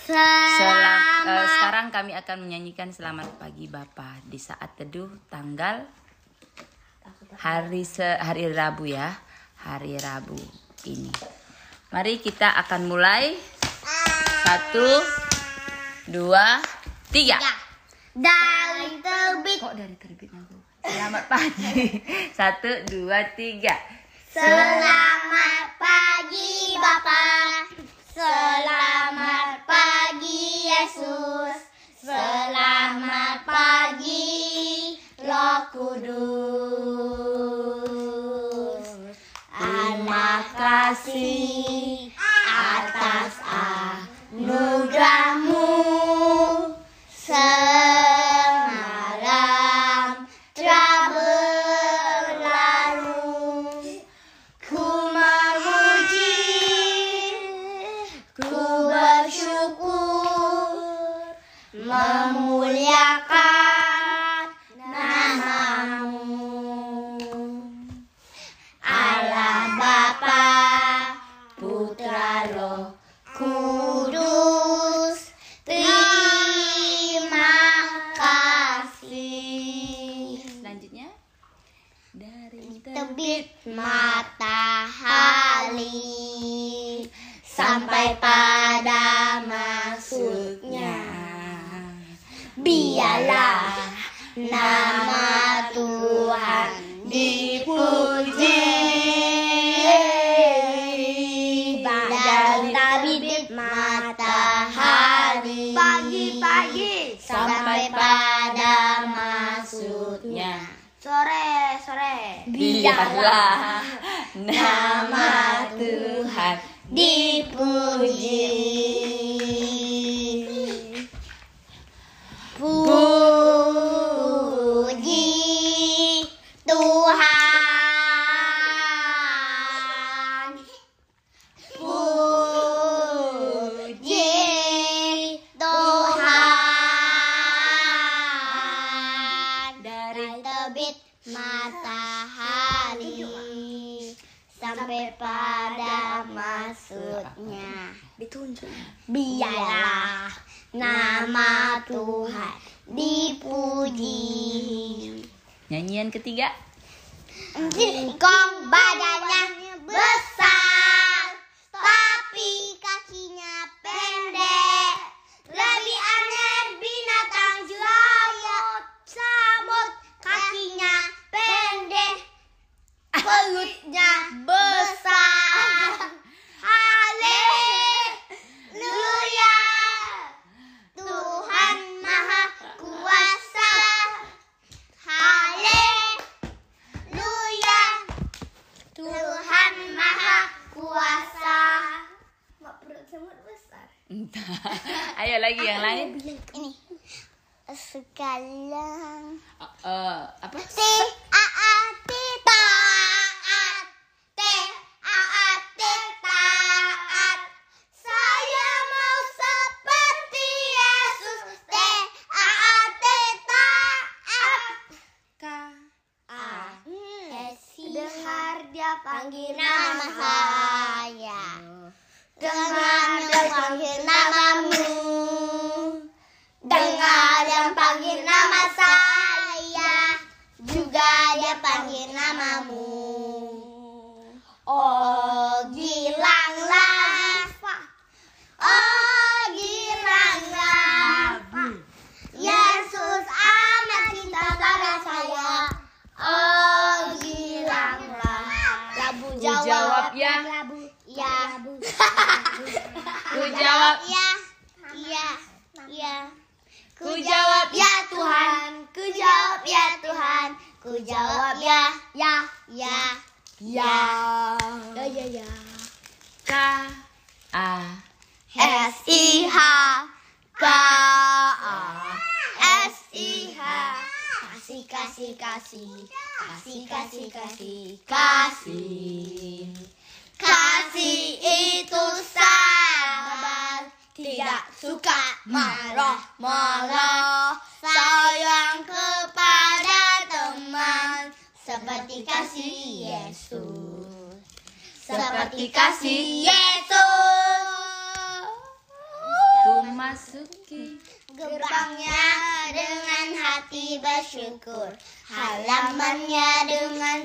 Sekarang kami akan menyanyikan Selamat Pagi Bapa di saat teduh tanggal hari Rabu ya. Hari Rabu ini. Mari kita akan mulai. 1, 2, 3. Dari terbit. Kok dari terbit aku? Selamat pagi. 1, 2, 3. Selamat pagi Bapa. Selamat pagi Yesus. Selamat pagi Roh Kudus. Terima kasih atas anugerah-Mu. Semalam telah berlalu. Ku memuji, ku bersyukur, memuliakan nama-Mu. Allah Bapa, Putra, Roh Kudus, terima kasih. Selanjutnya dari Terbit matahari sampai pada masuknya. Biarlah nama Tuhan dipuji. Dari terbit matahari pagi-pagi sampai pada masuknya. Sore. biarlah nama Tuhan dipuji. Puji Tuhan. Puji Tuhan. Dari terbit matahari sampai pada masuknya. ditunjuk. Biarlah nama Tuhan dipuji. Nyanyian ketiga. Jingkong badannya besar, tapi kakinya pendek. Lebih aneh binatang semut, kakinya pendek, perutnya besar. Haleluya, Tuhan Maha Kuasa. Haleluya, Tuhan Maha Kuasa. Mak perut semut besar. Entah. Ayo lagi yang lain. Ini sekarang Apa? T-A-A-T taat. T-A-A-T taat. Saya mau seperti Yesus. T-A-A-T taat. Dengar dia panggil nama saya. Dengar dia panggil namamu. Dengar dia panggil nama saya. Juga dia panggil namamu. Oh gilanglah, oh gilanglah, Yesus amat cinta pada saya. Oh gilanglah. Labu jawab ya. Labu ya. Ku jawab. Ya. Iya. Iya. Ku jawab Ya Tuhan. Ku jawab ya Tuhan. Ku jawab ya. Ya. Ya. Ya. Ya. Ya. K A S-I-H K A S-I-H. Kasih, kasih, kasih. Kasih, kasih, kasih. Kasih. Kasih itu sabar, tidak suka marah-marah. Sayang kepada teman, seperti kasih Yesus. Seperti kasih Yesus. Ku masuki gerbangnya dengan hati bersyukur, halamannya dengan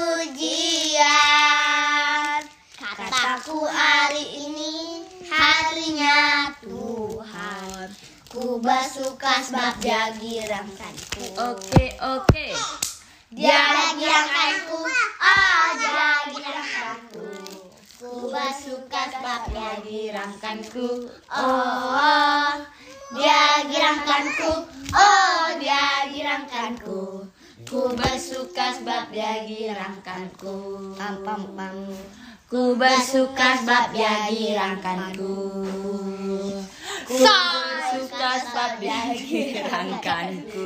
pujian. Kataku hari ini harinya Tuhan, ku bersuka sebab Dia girangkanku. Oke. Dia girangkanku, oh Dia girangkanku. Ku bersuka sebab Dia girangkanku, oh Dia girangkanku, oh Dia girangkanku. Ku bersuka sebab Dia girangkanku. Ku bersuka sebab Dia girangkanku. Ku bersuka sebab Dia girangkanku.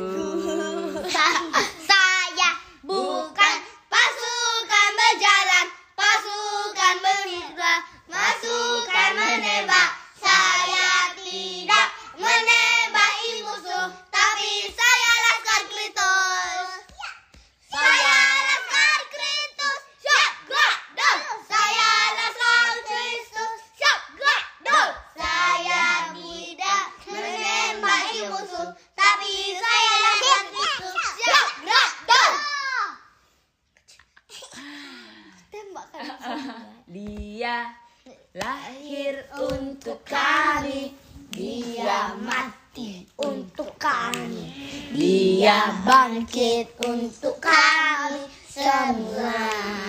Saya bukan pasukan berjalan, pasukan berhijrah, pasukan menembak. Saya tidak menembaki musuh, tapi saya laskar Kristus. Saya laskar Kristus, siap gerak dol. Saya laskar Kristus, siap gerak dol. Saya tidak menembaki musuh, tapi saya laskar Kristus, siap gerak dol. Dia lahir untuk kami, Dia mati untuk kami, Dia bangkit untuk kami semua.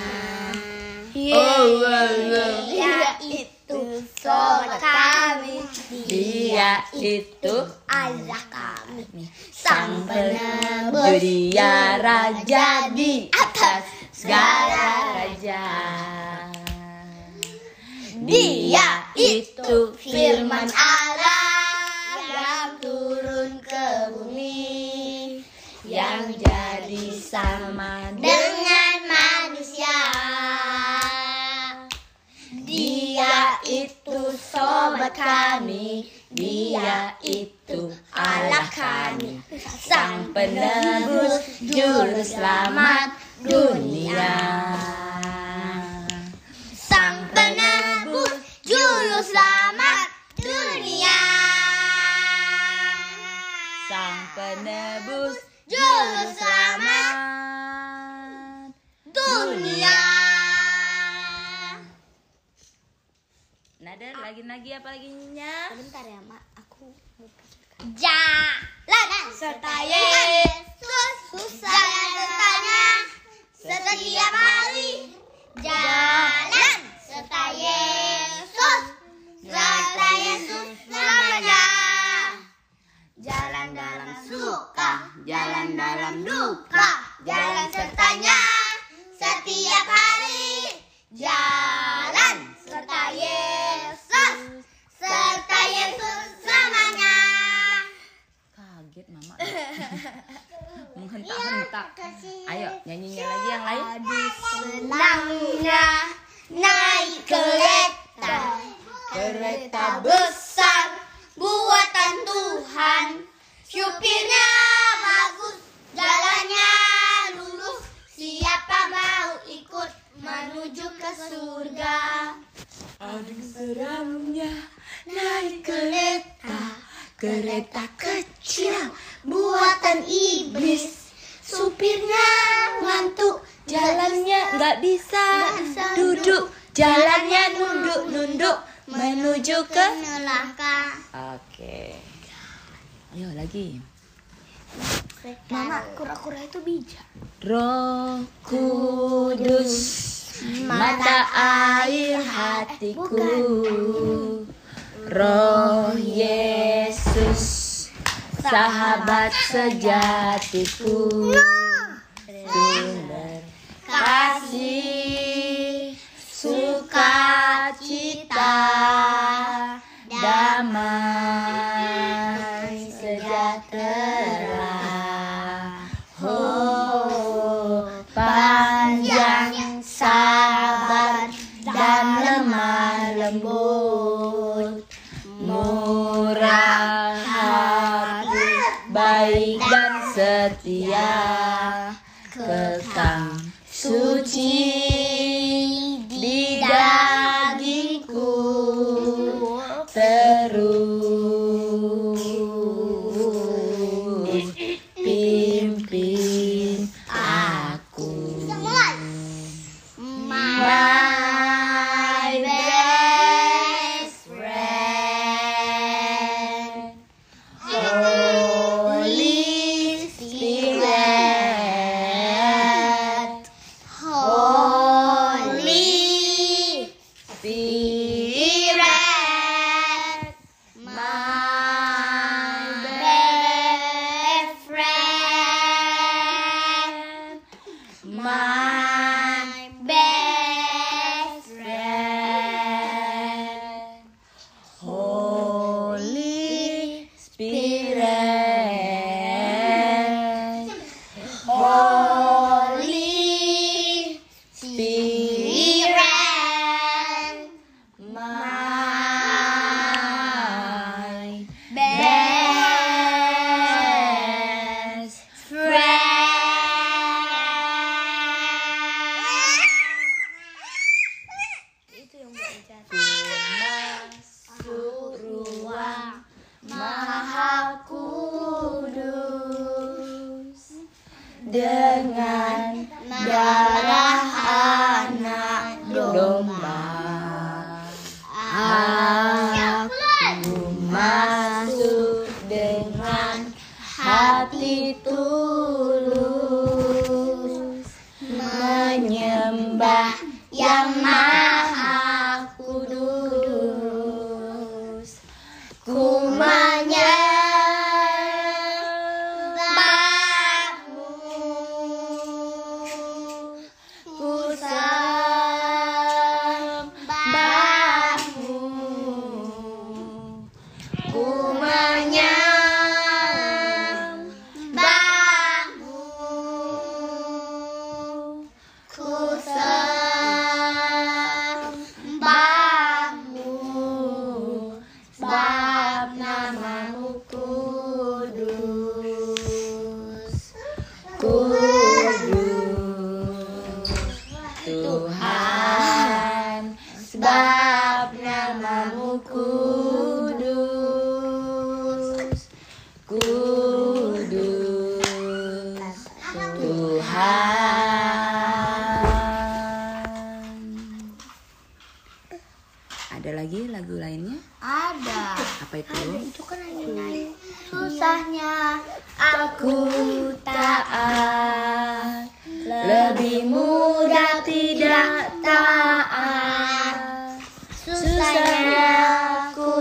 Dia itu sobat kami, Dia itu Allah kami, Sang Penebus. Dia raja di atas segala raja. Dia itu firman Allah yang turun ke bumi, yang jadi sama dengan manusia. Dia itu sobat kami, Dia itu Allah kami, Sang Penebus, Juru Selamat dunia. Sang Penebus, Juru Selamat dunia. Sang Penebus, Juru Selamat dunia. Nada lagi apa laginya? Bentar ya, Mak. Aku mau pikirkan. Jalan serta Yesus, saya sertanya setiap hari. Jalan serta Yesus, serta Yesus namanya. Jalan dalam suka, jalan dalam duka, jalan sertanya setiap hari. Jalan serta Yesus, serta Yesus selamanya. Kaget Mama. Menghentak-hentak. Ayo nyanyinya lagi yang lain. Senangnya naik kereta besar buatan Tuhan. Supirnya bagus, jalannya lurus. Siapa mau ikut menuju ke surga? Aduh seramnya naik kereta kecil buatan iblis. Supirnya ngantuk, jalannya nggak bisa duduk, jalannya nunduk menuju ke neraka. Oke. Ayo lagi. Mama, kura-kura itu bijak. Roh Kudus, mata air hatiku. Roh Yesus, sahabat sejatiku. Sumber kasih, sukacita, damai sejahtera. Oh, panjang sabar dan lemah lembut, murah hati, baik dan setia, kekang suci di dagingku terus darah anak domba. Aku masuk dengan hati tulus, menyembah yang maha kudus. Ku menyembahmu, ku sembahmu, ku menyembahmu, ku sembahmu, sebab namamu kudus, kudus Tuhan, sebab namamu kudus, kudus Tuhan. Ada lagi lagu lainnya? Ada. Apa itu? Itu kan nyanyi. Susahnya aku taat, lebih mudah tidak taat. Susahnya aku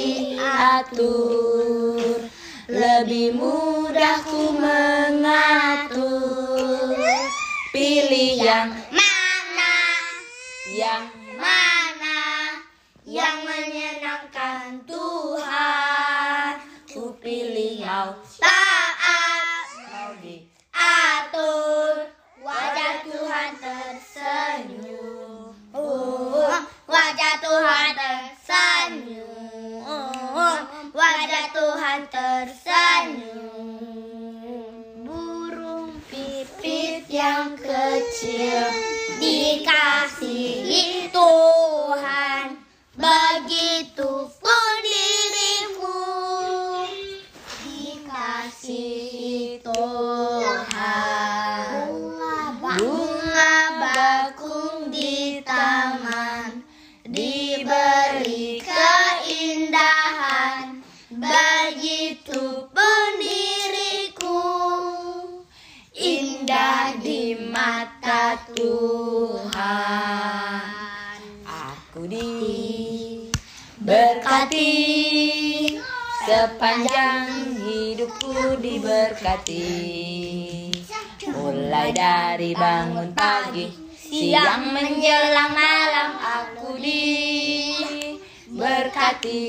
diatur, lebih mudah ku mengatur. Pilih yang mana, yang mana, yang menyenangkan Tuhan. Ku pilih mau taat, mau diatur, wajah Tuhan tersenyum. Wajah Tuhan tersenyum, wajah Tuhan tersenyum. Burung pipit yang kecil dikasihi Tuhan, begitupun dirimu dikasihi Tuhan. Bunga bakung di taman diberi keindahan, begitupun diriku indah di mata Tuhan. Aku diberkati, sepanjang hidupku diberkati. Mulai dari bangun pagi, siang menjelang malam, aku diberkati.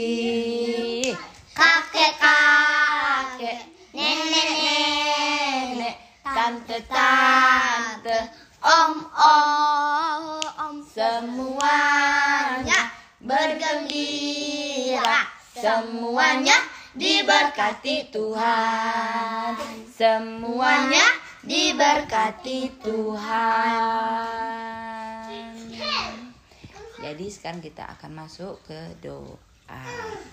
Kakek-kakek, nenek-nenek, tante-tante, om-om, semuanya bergembira, semuanya diberkati Tuhan, semuanya diberkati Tuhan. Jadi sekarang kita akan masuk ke doa.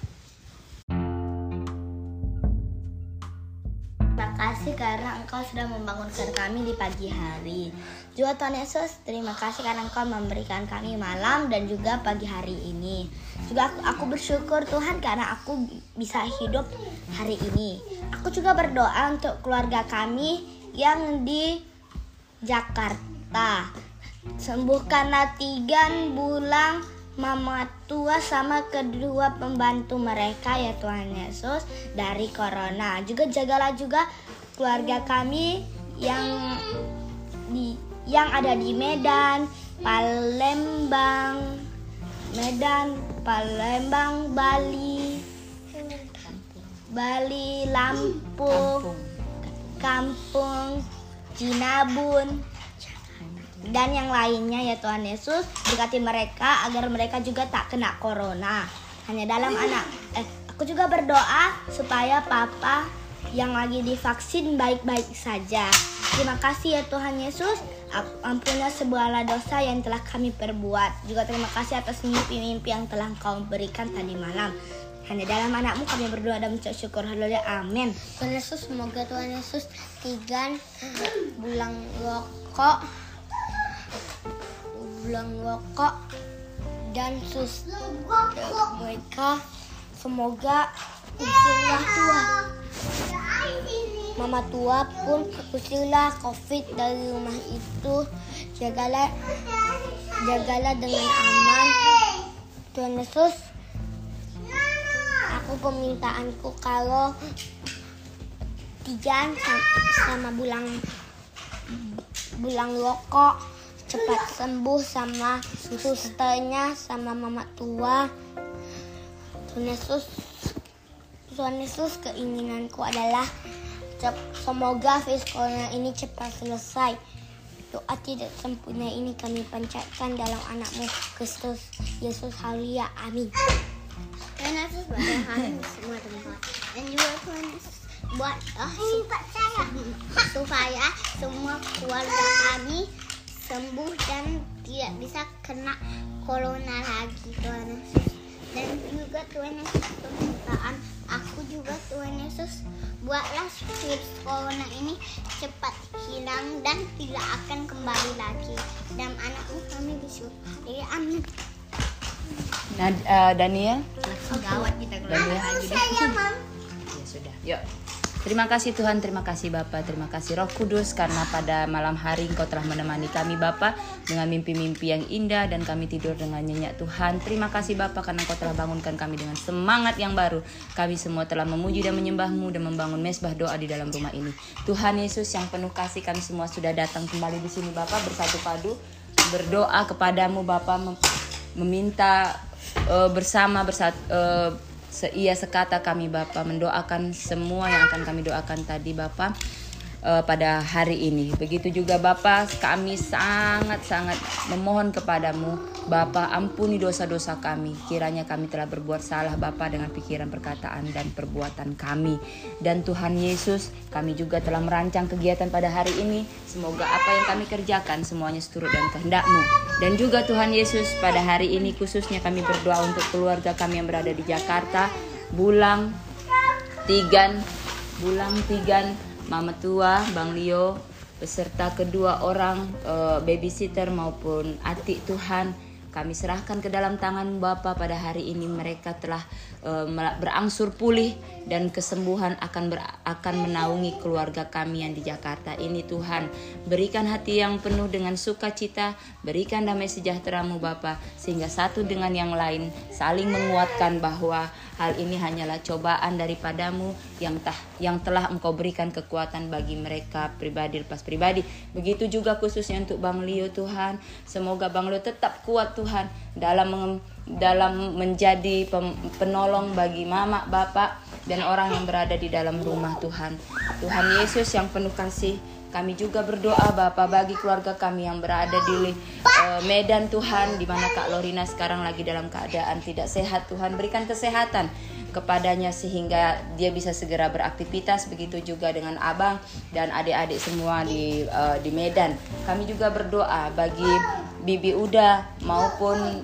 Terima kasih karena Engkau sudah membangunkan kami di pagi hari. Juga Tuhan Yesus, terima kasih karena Engkau memberikan kami malam dan juga pagi hari ini. Juga aku bersyukur Tuhan karena aku bisa hidup hari ini. Aku juga berdoa untuk keluarga kami yang di Jakarta. Sembuhkanlah Tigan, Bulang, Mama tua sama kedua pembantu mereka ya Tuhan Yesus dari corona. Juga jagalah juga keluarga kami yang ada di Medan, Palembang, Bali, Lampung, Kampung, Cinabun, dan yang lainnya ya Tuhan Yesus. Berkati mereka agar mereka juga tak kena corona. Hanya dalam aku juga berdoa supaya Papa yang lagi divaksin baik-baik saja. Terima kasih ya Tuhan Yesus. Ampunilah segala dosa yang telah kami perbuat. Juga terima kasih atas mimpi-mimpi yang telah Engkau berikan tadi malam. Hanya dalam anakmu kami berdoa dan mengucap syukur. Haleluya, amin. Tuhan Yesus, semoga Tuhan Yesus Tigan, Bulang Loko, bulan rokok dan mereka. Semoga usirlah tua. Mama tua pun usirlah COVID dari rumah itu. Jagalah dengan aman. Tuhan Yesus, aku permintaanku kalau Tijan sama bulan rokok cepat sembuh sama susternya sama mama tua. Tuhan Yesus, keinginanku adalah semoga virus corona ini cepat selesai. Doa tidak sempurna ini kami panjatkan dalam anakmu Kristus Yesus. Haleluya, amin. Tuhan Yesus berkati semua tempat dan juga Tuhan Yesus buat supaya semua keluarga kami sembuh dan tidak bisa kena corona lagi, Tuhan Yesus. Dan juga Tuhan Yesus, permintaan aku juga Tuhan Yesus, buatlah virus corona ini cepat hilang dan tidak akan kembali lagi. Dan anakmu kami disurga, amin. Nah, Daniel. Gawat kita Daniel. saya, Mam. Ya sudah. Yuk. Terima kasih Tuhan, terima kasih Bapa, terima kasih Roh Kudus karena pada malam hari Engkau telah menemani kami Bapa dengan mimpi-mimpi yang indah dan kami tidur dengan nyenyak Tuhan. Terima kasih Bapa karena Engkau telah bangunkan kami dengan semangat yang baru. Kami semua telah memuji dan menyembah-Mu dan membangun mesbah doa di dalam rumah ini. Tuhan Yesus yang penuh kasih, kami semua sudah datang kembali di sini Bapa bersatu padu berdoa kepadamu Bapa, meminta bersama seia sekata kami Bapa, mendoakan semua yang akan kami doakan tadi Bapa pada hari ini. Begitu juga Bapa, kami sangat-sangat memohon kepadamu Bapa, ampuni dosa-dosa kami. Kiranya kami telah berbuat salah Bapa dengan pikiran, perkataan dan perbuatan kami. Dan Tuhan Yesus, kami juga telah merancang kegiatan pada hari ini. Semoga apa yang kami kerjakan semuanya seturut dan kehendak-Mu. Dan juga Tuhan Yesus, pada hari ini khususnya kami berdoa untuk keluarga kami yang berada di Jakarta, Bulang, Tigan, Mama Tua, Bang Leo, beserta kedua orang babysitter maupun adik Tuhan. Kami serahkan ke dalam tangan Bapa pada hari ini. Mereka telah berangsur pulih dan kesembuhan akan menaungi keluarga kami yang di Jakarta ini Tuhan. Berikan hati yang penuh dengan sukacita, berikan damai sejahtera-Mu Bapa, sehingga satu dengan yang lain saling menguatkan bahwa hal ini hanyalah cobaan daripadamu yang telah Engkau berikan kekuatan bagi mereka pribadi lepas pribadi. Begitu juga khususnya untuk Bang Leo Tuhan. Semoga Bang Leo tetap kuat Tuhan dalam menjadi penolong bagi mama, bapak dan orang yang berada di dalam rumah Tuhan. Tuhan Yesus yang penuh kasih, kami juga berdoa Bapa bagi keluarga kami yang berada di Medan Tuhan, di mana Kak Lorina sekarang lagi dalam keadaan tidak sehat. Tuhan berikan kesehatan kepadanya sehingga dia bisa segera beraktivitas. Begitu juga dengan abang dan adik-adik semua di Medan. Kami juga berdoa bagi Bibi Uda maupun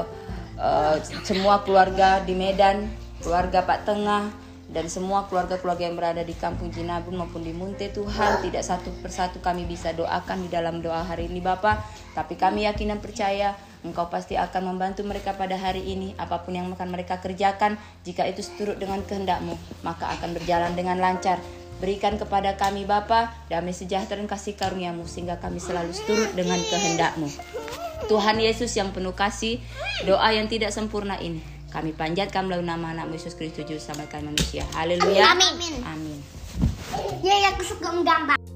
semua keluarga di Medan, keluarga Pak Tengah, dan semua keluarga-keluarga yang berada di Kampung Jinabun maupun di Munte Tuhan. Tidak satu persatu kami bisa doakan di dalam doa hari ini Bapa, tapi kami yakin dan percaya Engkau pasti akan membantu mereka pada hari ini. Apapun yang akan mereka kerjakan, jika itu seturut dengan kehendak-Mu, maka akan berjalan dengan lancar. Berikan kepada kami Bapa damai sejahtera dan kasih karunia-Mu, sehingga kami selalu seturut dengan kehendak-Mu. Tuhan Yesus yang penuh kasih, doa yang tidak sempurna ini kami panjatkan melalui nama anak Yesus Kristus Juru Selamat kami manusia. Haleluya. Amin. Amin. Ya, aku suka menggambar.